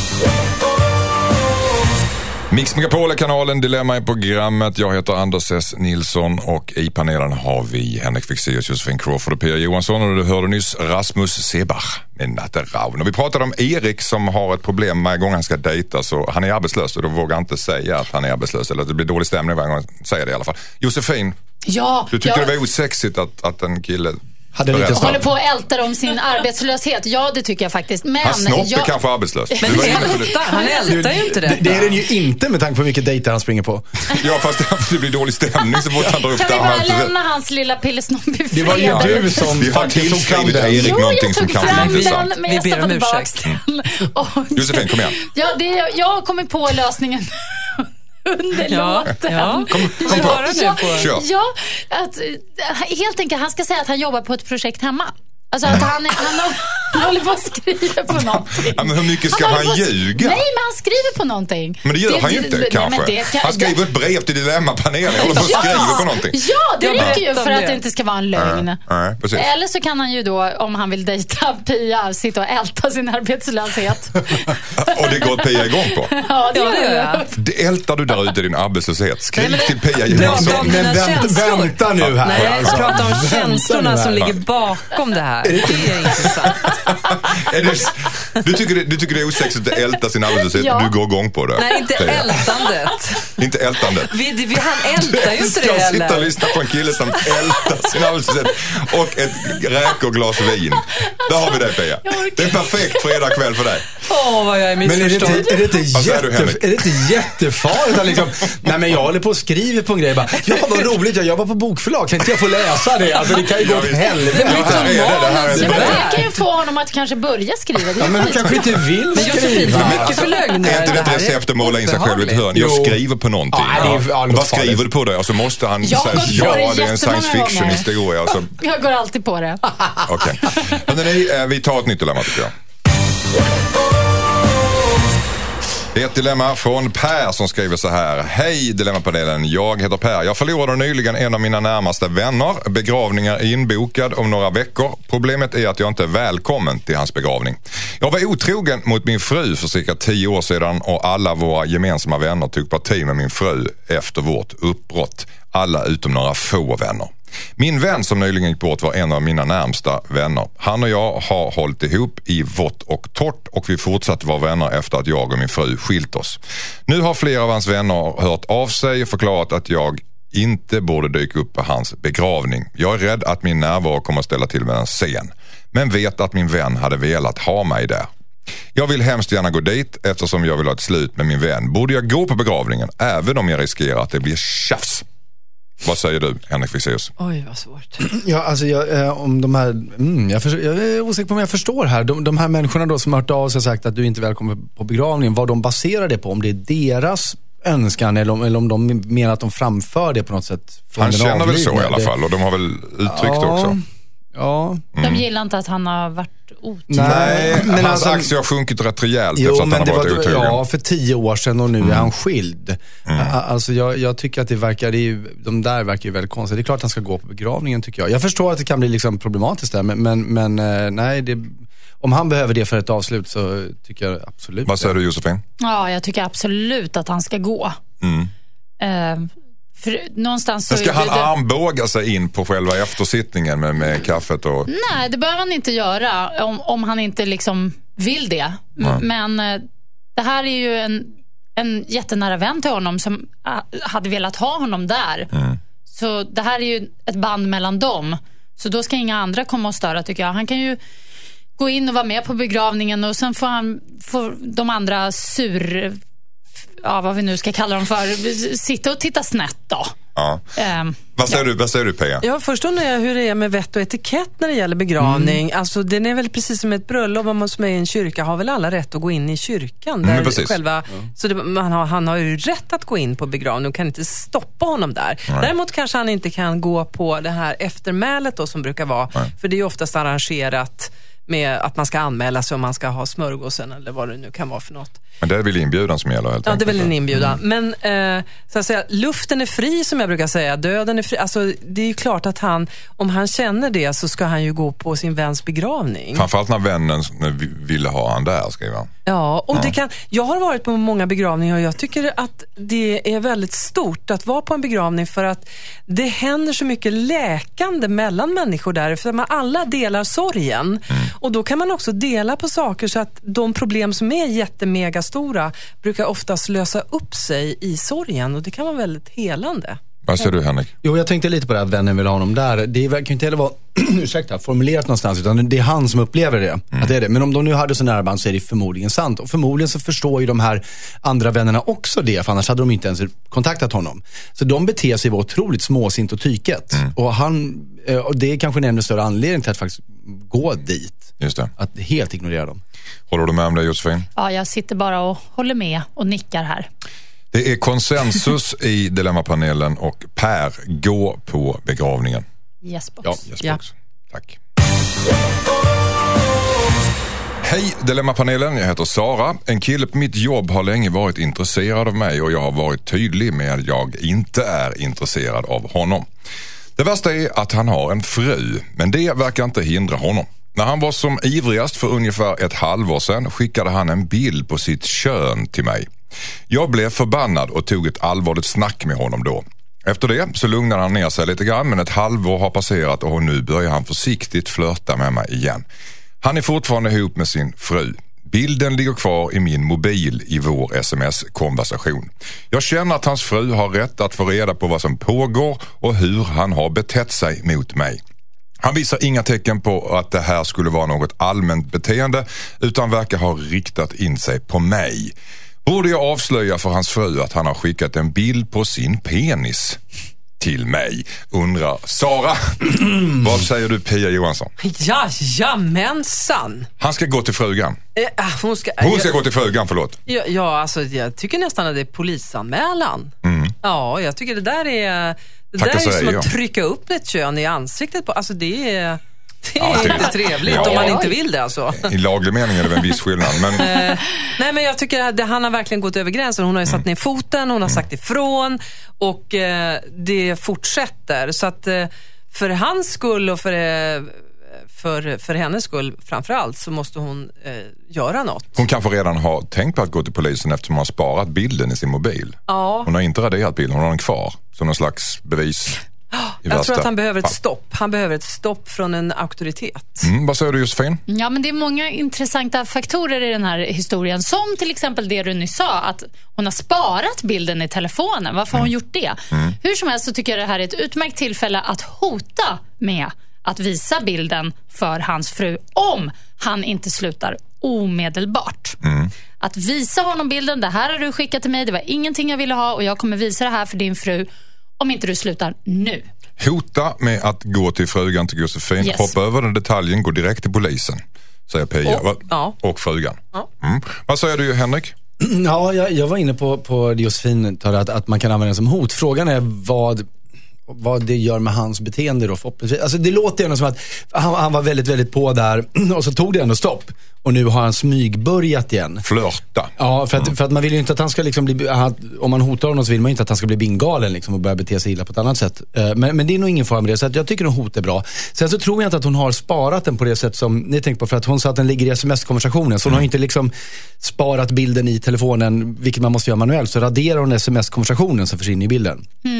Mix Megapol-kanalen, Dilemma i programmet. Jag heter Anders S. Nilsson och i panelen har vi Henrik Fexeus, Josefin Crawford och Pia Johansson, och du hörde nyss Rasmus Sebach med Natta Ravn. Och vi pratade om Erik som har ett problem varje gång han ska dejta, så han är arbetslös och då vågar inte säga att han är arbetslös, eller att det blir dålig stämning varje gång han säger det i alla fall. Josefin, du tycker det var osexigt att en kille håller på att älta om sin arbetslöshet. Ja, det tycker jag faktiskt. Men hans snopp är kanske arbetslös. Men han ältar ju inte det. Det är den ju inte, med tanke på vilket dejter han springer på. Ja, fast det blir dålig stämning så fort han drar upp det. Kan vi bara lämna hans lilla pillesnopp i fred? Det var ju du som faktiskt tog fram den. Erik någonting som kan bli intressant. Men jag stoppade tillbaka den. Josefin, kom igen. Ja, jag har kommit på lösningen under låten. Kom på. Ja, att helt enkelt han ska säga att han jobbar på ett projekt hemma. Alltså att han håller på att skriva på någonting. Ja, men hur mycket ska han ljuga? Nej, men han skriver på någonting. Men det gör han ju inte, kanske. Han skriver ett brev till Dilemma-panelen. Han håller på att skriva på någonting. Ja, det räcker ju för att det inte ska vara en lögn. Nej, precis. Eller så kan han ju då, om han vill dejta Pia, sitta och älta sin arbetslöshet. Och det går Pia igång på. Ja, det gör jag. Det ältar du där ute i din arbetslöshet. Skriv till Pia Johansson. Men vänta nu här. Nej, jag pratar om känslorna som ligger bakom det här. Det är intressant. Du tycker det är osexigt att älta sin arbetslöshet? Ja. Du går igång på det? Nej, inte ältandet. Inte ältandet? Han ältar ju inte det heller. Jag sitter och lyssnar på en kille som ältar sin arbetslöshet och ett räkoglas vin. Där har vi det, Pia. Det är perfekt fredagkväll för dig. Vad jag är missförstådd. Men är det inte jättefarligt att liksom, nej men jag håller på och skriver på en grej bara, ja vad roligt, jag jobbar på bokförlag, kan inte jag få läsa det? Alltså det kan ju gå åt helvete. Det kan ju få honom att kanske börja skriva. Ja, men du kanske inte vill skriva. Mycket för lögner. Är inte det ett recept att måla in sig själv i ett hörn? Jag skriver på någonting. Vad skriver du på det? Och så måste han säga, det är en science fiction-historia. Jag går alltid på det. Okej. Vi tar ett nytt dilemma, tycker jag. Det är ett dilemma från Per som skriver så här. Hej Dilemmapanelen, jag heter Per. Jag förlorade nyligen en av mina närmaste vänner. Begravningar är inbokad om några veckor. Problemet är att jag inte är välkommen till hans begravning. Jag var otrogen mot min fru för cirka 10 år sedan och alla våra gemensamma vänner tog parti med min fru efter vårt uppbrott. Alla utom några få vänner. Min vän som nyligen gick bort var en av mina närmsta vänner. Han och jag har hållit ihop i vått och torrt och vi fortsatte vara vänner efter att jag och min fru skilt oss. Nu har flera av hans vänner hört av sig och förklarat att jag inte borde dyka upp på hans begravning. Jag är rädd att min närvaro kommer att ställa till med en scen. Men vet att min vän hade velat ha mig där. Jag vill hemskt gärna gå dit eftersom jag vill ha ett slut med min vän. Borde jag gå på begravningen även om jag riskerar att det blir tjafs? Vad säger du, Henrik Fexeus? Oj, vad svårt. Ja, alltså om de här, jag är osäker på om jag förstår här. De här människorna då som har hört av sig och sagt att du inte är välkommen på begravningen, vad de baserar det på? Om det är deras önskan eller om de menar att de framför det på något sätt. Han känner väl så i alla fall och de har väl uttryckt också. Ja. De gillar inte att han har varit otrogen. Nej, men hans aktier har sjunkit rätt rejält efter att han har varit otrogen. Ja, för 10 år sedan och nu är han skild. Alltså jag tycker att de där verkar ju väldigt konstigt. Det är klart att han ska gå på begravningen, tycker jag. Jag förstår att det kan bli liksom problematiskt där, men nej, om han behöver det för ett avslut så tycker jag absolut. Vad säger du, Josefin? Ja, jag tycker absolut att han ska gå. För någonstans så ska han armbåga sig in på själva eftersittningen med kaffet? Och... Nej, det behöver han inte göra om han inte liksom vill det. Men det här är ju en jättenära vän till honom som hade velat ha honom där. Så det här är ju ett band mellan dem. Så då ska inga andra komma och störa, tycker jag. Han kan ju gå in och vara med på begravningen och sen får de andra vad vi nu ska kalla dem för, sitta och titta snett då. Ja. Vad säger du Pia? Ja, först undrar jag hur det är med vett och etikett när det gäller begravning. Alltså den är väl precis som ett bröllop. Om man som är i en kyrka har väl alla rätt att gå in i kyrkan där själva, så han har ju rätt att gå in på begravning och kan inte stoppa honom där. Däremot kanske han inte kan gå på det här eftermälet då som brukar vara, för det är ju oftast arrangerat med att man ska anmäla sig om man ska ha smörgåsen eller vad det nu kan vara för något. Men det är väl inbjudan som gäller helt enkelt. Ja, det är väl en inbjudan. Men så att säga, luften är fri som jag brukar säga, döden är fri. Alltså det är ju klart att om han känner det så ska han ju gå på sin väns begravning. Framförallt när vännen ville ha han där, skriver han. Ja, och jag har varit på många begravningar och jag tycker att det är väldigt stort att vara på en begravning för att det händer så mycket läkande mellan människor där, för att man alla delar sorgen. Och då kan man också dela på saker så att de problem som är jättemega stora brukar oftast lösa upp sig i sorgen och det kan vara väldigt helande. Vad säger du, Henrik? Jo, jag tänkte lite på det att vännen vill ha honom där. Det verkar inte heller vara formulerat någonstans, utan det är han som upplever det. Att det är det. Men om de nu hade så nära band så är det förmodligen sant. Och förmodligen så förstår ju de här andra vännerna också det, för annars hade de inte ens kontaktat honom. Så de beter sig otroligt småsint och tyket. Och det är kanske en ännu större anledning till att faktiskt gå dit. Just det. Att helt ignorera dem. Håller du med om det, Josefin? Ja, jag sitter bara och håller med och nickar här. Det är konsensus i Dilemmapanelen och Per, gå på begravningen. Yes-box. Ja, yes-box. Tack. Hej Dilemmapanelen, jag heter Sara. En kille på mitt jobb har länge varit intresserad av mig och jag har varit tydlig med att jag inte är intresserad av honom. Det värsta är att han har en fru, men det verkar inte hindra honom. När han var som ivrigast för ungefär ett halvår sedan skickade han en bild på sitt kön till mig. Jag blev förbannad och tog ett allvarligt snack med honom då. Efter det så lugnade han ner sig lite grann, men ett halvår har passerat och nu börjar han försiktigt flirta med mig igen. Han är fortfarande ihop med sin fru. Bilden ligger kvar i min mobil i vår sms-konversation. Jag känner att hans fru har rätt att få reda på vad som pågår och hur han har betett sig mot mig. Han visar inga tecken på att det här skulle vara något allmänt beteende utan verkar ha riktat in sig på mig. Borde jag avslöja för hans fru att han har skickat en bild på sin penis till mig? Undrar Sara. Vad säger du, Pia Johansson? Jajamensan. Han ska gå till frugan. Hon ska gå till frugan, förlåt. Ja, alltså jag tycker nästan att det är polisanmälan. Ja, jag tycker det där är som att trycka upp ett kön i ansiktet på. Alltså det är inte trevligt om man inte vill det alltså. I laglig mening är det en viss skillnad. Men... Nej, men jag tycker att han har verkligen gått över gränsen. Hon har ju satt ner foten, hon har sagt ifrån och det fortsätter. Så att för hans skull och för hennes skull framförallt så måste hon göra något. Hon kanske redan har tänkt på att gå till polisen eftersom hon har sparat bilden i sin mobil. Ja. Hon har inte raderat bilden, hon har den kvar som någon slags bevis. Jag tror att han behöver ett stopp. Han behöver ett stopp från en auktoritet. Vad säger du, Josefin? Ja, men det är många intressanta faktorer i den här historien. Som till exempel det du nyss sa, att hon har sparat bilden i telefonen. Varför har hon gjort det? Hur som helst så tycker jag det här är ett utmärkt tillfälle att hota med att visa bilden för hans fru om han inte slutar omedelbart. Att visa honom bilden, det här har du skickat till mig, det var ingenting jag ville ha och jag kommer visa det här för din fru om inte du slutar nu. Hota med att gå till frugan till Josefin, hoppa över den detaljen, gå direkt till polisen, säger Pia och frugan. Vad säger du, Henrik? Ja, jag var inne på Josefin att man kan använda den som hot. Frågan är vad det gör med hans beteende då. Alltså det låter ändå som att han var väldigt, väldigt på där och så tog det ändå stopp. Och nu har han smygbörjat igen. Flörta. Ja, för att man vill ju inte att han ska liksom bli... Om man hotar honom så vill man ju inte att han ska bli bingalen liksom, och börja bete sig illa på ett annat sätt. Men det är nog ingen fara med det. Så att jag tycker att hot är bra. Sen så tror jag inte att hon har sparat den på det sätt som ni tänker på. För att hon sa att den ligger i sms-konversationen. Så hon har inte liksom sparat bilden i telefonen, vilket man måste göra manuellt. Så raderar hon sms-konversationen så försvinner i bilden.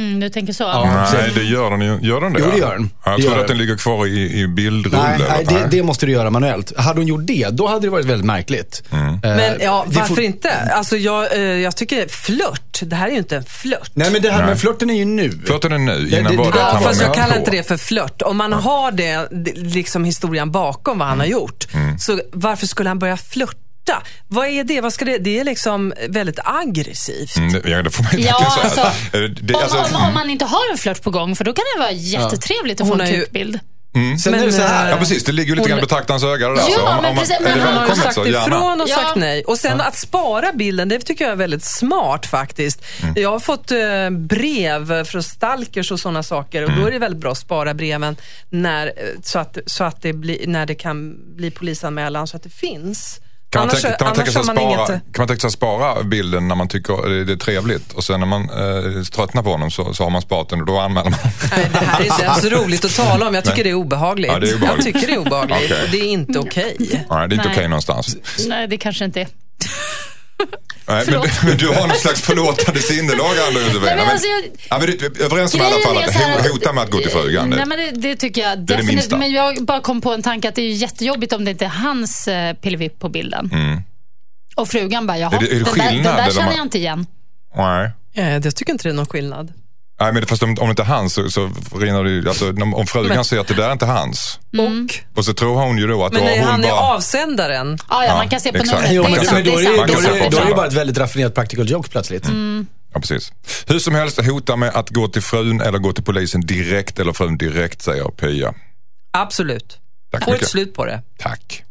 Du tänker så? Ja, nej, det gör den ju. Gör den det? Jo, det gör den. Jag tror att den ligger kvar i bildrulle. Nej, det måste du göra manuellt. Hade hon gjort det, då hade det varit väldigt märkligt. Men varför inte? Alltså jag tycker flört, det här är ju inte en flört. Nej, men det här med flörten är ju nu. Flörten är nu, innan var det att han var fast jag kallar på. inte det för flört. Om man har det liksom historien bakom vad han har gjort, så varför skulle han börja flörta? Vad är det? Vad ska det är liksom väldigt aggressivt. Det får man inte säga. Om man inte har en flört på gång, för då kan det vara jättetrevligt att få en kukbild. Sen är det så här. Ja, precis. Det ligger ju lite grann i betraktarens öga där. Ja, men precis. Men han har ju sagt ifrån och sagt nej. Och sen Ja. att spara bilden, det tycker jag är väldigt smart faktiskt. Jag har fått brev från stalkers och sådana saker. Och då är det väldigt bra att spara breven så att det blir, när det kan bli polisanmälan, så att det finns. Kan man tänka sig att spara bilden när man tycker det är trevligt, och sen när man tröttnar på honom så har man sparat den och då anmäler man. Nej, det här är inte ens roligt att tala om. Jag tycker det är obehagligt. Ja, det är obehagligt. Jag tycker det är obehagligt. Okay. Och det är inte okej. Nej, det är inte okej någonstans. Nej, det kanske inte är. Nej, men du har någon slags förlåtande sinnelag, men du är överens om i alla fall att hota med att gå till frugan. Nej, men det tycker jag definitivt. Men jag bara kom på en tanke att det är jättejobbigt om det inte är hans pillevipp på bilden. Och frugan bara, jaha, den där känner jag inte igen. Nej. Jag tycker inte det är någon skillnad. Nej, men fast om det inte är hans så rinner det ju, alltså, om frugan säger att det där är inte hans. Och så tror hon ju då att men hon han bara... är avsändaren. Ja, man kan se på numret. Jo, men då är det bara ett ett väldigt raffinerat practical joke plötsligt. Ja, precis. Hur som helst, hota med att gå till frun eller gå till polisen direkt, eller frun direkt, säger Pia. Absolut. Få ett slut på det. Tack.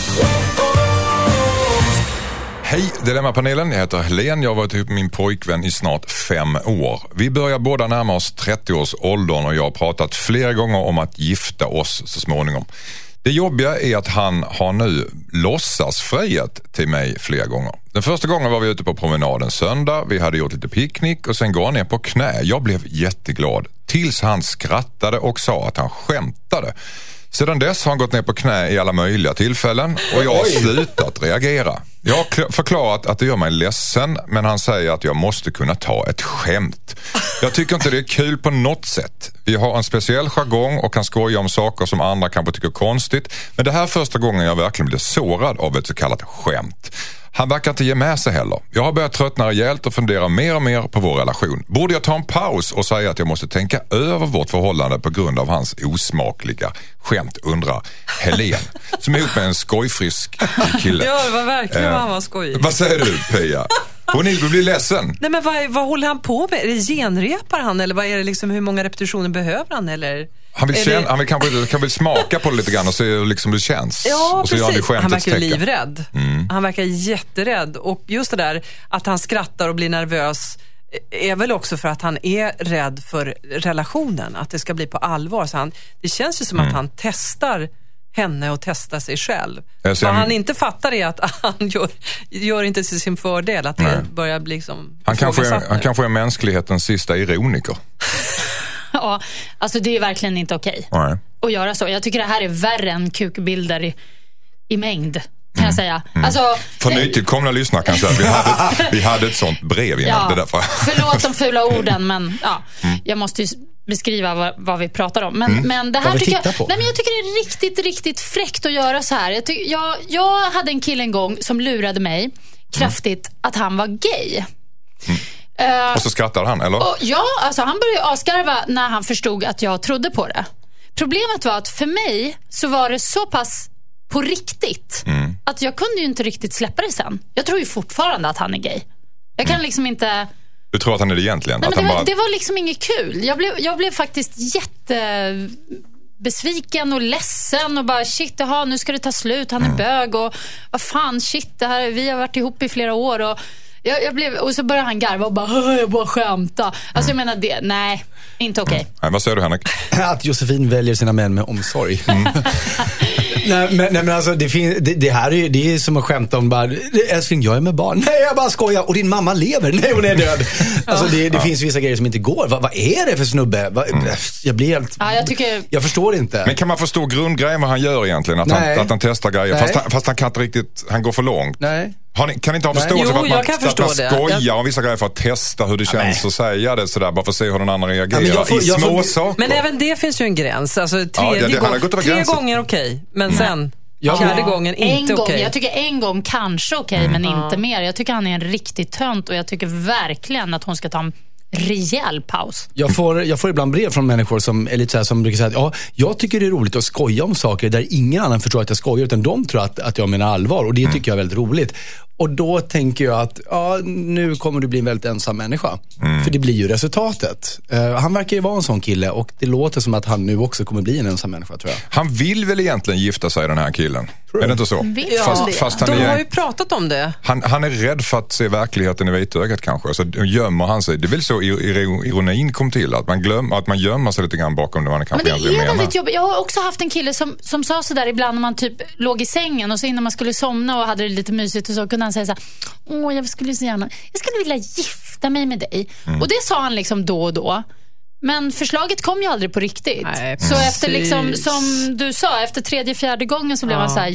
Hej, Dilemmapanelen. Jag heter Helene. Jag har varit ihop med min pojkvän i snart 5 år. Vi börjar båda närma oss 30-årsåldern och jag har pratat flera gånger om att gifta oss så småningom. Det jobbiga är att han har nu låtsasfriat till mig flera gånger. Den första gången var vi ute på promenaden söndag. Vi hade gjort lite picknick och sen går han ner på knä. Jag blev jätteglad tills han skrattade och sa att han skämtade. Sedan dess har han gått ner på knä i alla möjliga tillfällen och jag har slutat reagera. Jag har förklarat att det gör mig ledsen, men han säger att jag måste kunna ta ett skämt. Jag tycker inte det är kul på något sätt. Vi har en speciell jargong och kan skoja om saker som andra kanske tycker är konstigt. Men det här är första gången jag verkligen blir sårad av ett så kallat skämt. Han verkar inte ge med sig heller. Jag har börjat tröttna rejält och fundera mer och mer på vår relation. Borde jag ta en paus och säga att jag måste tänka över vårt förhållande på grund av hans osmakliga skämt, undrar Helene, som är ihop med en skojfrisk kille. Ja, det var verkligen han var skojig. Vad säger du, Pia? Hon blir ledsen. Nej, men vad håller han på med? Är det genrepar han, eller vad är det liksom, hur många repetitioner behöver han, eller? Han vill kanske smaka på det lite grann och se liksom det känns. Ja, och så precis. Han verkar tecken. livrädd. Han verkar jätterädd. Och just det där att han skrattar och blir nervös är väl också för att han är rädd för relationen. Att det ska bli på allvar. Så det känns ju som att han testar henne och testar sig själv. Vad han inte fattar är att han gör inte till sin fördel. Att det börjar bli liksom... Han kanske är mänsklighetens sista ironiker. Ja, alltså det är verkligen inte okej att göra så. Jag tycker det här är värre än kukbilder i mängd, kan jag säga. Alltså, för nytillkomna lyssnare kan jag säga att vi hade ett sånt brev innan. Det därför. Förlåt de fula orden, men jag måste ju beskriva vad vi pratar om. Men det här tycker jag tycker det är riktigt, riktigt fräckt att göra så här. Jag hade en kille en gång som lurade mig kraftigt att han var gay. Och så skrattar han, eller? Alltså han började asgarva när han förstod att jag trodde på det. Problemet var att för mig så var det så pass på riktigt att jag kunde ju inte riktigt släppa det sen. Jag tror ju fortfarande att han är gay. Jag kan liksom inte... Du tror att han är det egentligen? Nej, men det var liksom inget kul. Jag blev faktiskt jättebesviken och ledsen och bara shit, nu ska det ta slut. Han är bög och vad fan, shit, vi har varit ihop i flera år och och så började han garva och bara jag bara skämta. Alltså jag menar det, nej, inte okej. Nej, vad säger du, Henrik? Att Josefin väljer sina män med omsorg. nej, men alltså det här är som att skämta om bara, älskling, jag är med barn. Nej, jag bara skojar. Och din mamma lever. Nej, hon är död. Alltså det finns vissa grejer som inte går. Vad är det för snubbe? Jag blir helt... jag förstår inte. Men kan man förstå grundgrejen vad han gör egentligen? Att han testar grejer. Fast han kan inte riktigt, han går för långt. Nej. Kan ni inte ha förståelse för att man skojar om vissa grejer för att testa hur det känns att säga det sådär, bara för att se hur den andra reagerar i små saker. Men även det finns ju en gräns. Alltså, tre gånger okej, men sen... fjärde gången inte okej. Jag tycker en gång kanske okej, men inte mer. Jag tycker han är en riktigt tönt och jag tycker verkligen att hon ska ta en rejäl paus. Jag får ibland brev från människor som är lite så här, som brukar säga att jag tycker det är roligt att skoja om saker där ingen annan förstår att jag skojar, utan de tror att jag menar allvar, och det tycker jag är väldigt roligt. Och då tänker jag att nu kommer du bli en väldigt ensam människa. För det blir ju resultatet. Han verkar ju vara en sån kille, och det låter som att han nu också kommer bli en ensam människa, tror jag. Han vill väl egentligen gifta sig, den här killen? Är det inte så? Fast de har ju pratat om det. Han är rädd för att se verkligheten i vitögat kanske. Så gömmer han sig. Det är väl så ironin kom till. Att man gömmer sig lite grann bakom det man kanske menar. Men det är väldigt jobbigt. Jag har också haft en kille som sa så där ibland när man typ låg i sängen och så innan man skulle somna och hade det lite mysigt och så kunde han säga så här: jag skulle vilja gifta mig med dig. Och det sa han liksom då och då. Men förslaget kom ju aldrig på riktigt. Nej, så efter liksom, som du sa, efter 3:e, 4:e gången så blev man så här,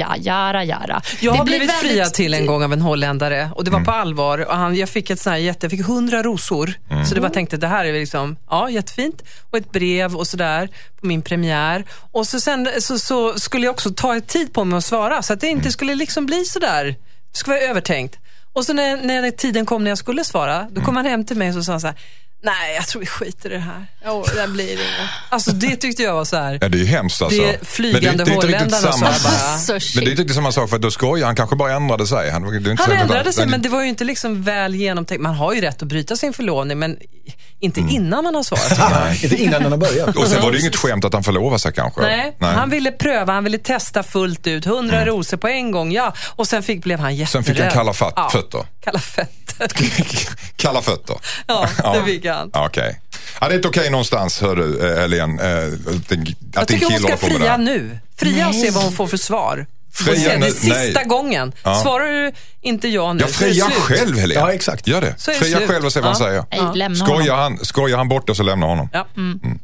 jara. Jag har blivit fria till en gång av en holländare, och det var på allvar, och jag fick jag fick 100 rosor. Så det var tänkte, det här är liksom, jättefint, och ett brev och sådär på min premiär. Och sen så skulle jag också ta ett tid på mig att svara, så att det inte skulle liksom bli sådär, det skulle vara övertänkt. Och så när tiden kom när jag skulle svara, då kom han hem till mig och så sa han så här: nej, jag tror vi skiter i det här. Det blir det. Alltså det tyckte jag var så här. Ja, det är ju hemskt alltså. Det är flygande holländarna men det är inte riktigt samma sak, för att då skojar han kanske bara ändrade sig. Han ändrade sig, men det var ju inte liksom väl genomtänkt. Man har ju rätt att bryta sin förlovning, men inte innan man har svarat. Inte innan den har börjat. Och sen var det ju inget skämt att han förlovar sig kanske. Nej. Han ville pröva, han ville testa fullt ut. 100 rosor på en gång, och sen blev han jätterädd. Sen fick han kalla fötter. Kalla fötter. Kalla fötter. Ja, det fick han. Okej. Ja, det är inte okej någonstans, hör du, Helene. Jag tycker hon ska fria nu. Fria och se vad hon får för svar. Fria det sista gången. Svarar du inte ja nu, jag friar själv, Helene. Ja, exakt. Gör det. Fria själv och se vad han säger. Skojar han bort och så lämnar honom. Ja.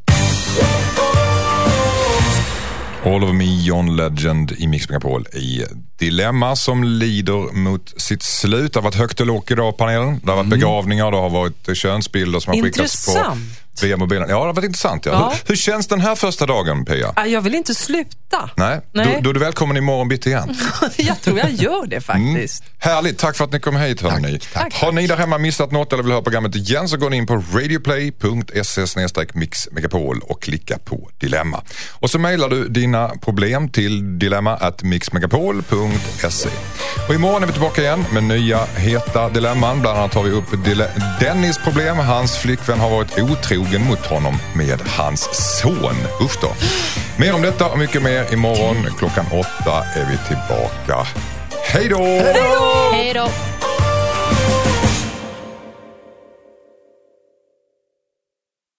All of me, John Legend i Mix Megapol i Dilemma som lider mot sitt slut. Det har varit högt och lågt idag, panelen. Det har varit begravningar, det har varit könsbilder som har skickats på via mobilen. Ja, det har varit intressant. Ja. Hur känns den här första dagen, Pia? Jag vill inte sluta. Nej. Då är du välkommen imorgon bitti igen. Jag tror jag gör det faktiskt. Härligt, tack för att ni kom hit, hörni. Tack. Har ni där hemma missat något eller vill höra programmet igen, så går ni in på radioplay.se/mixmegapol och klicka på Dilemma. Och så mejlar du dina problem till dilemma@mixmegapol.se. Och imorgon är vi tillbaka igen med nya heta dilemman. Bland annat tar vi upp Dennis problem. Hans flickvän har varit otrogen mot honom med hans son. Usch då. Mer om detta och mycket mer imorgon. 8:00 är vi tillbaka. Hej då! Hej då!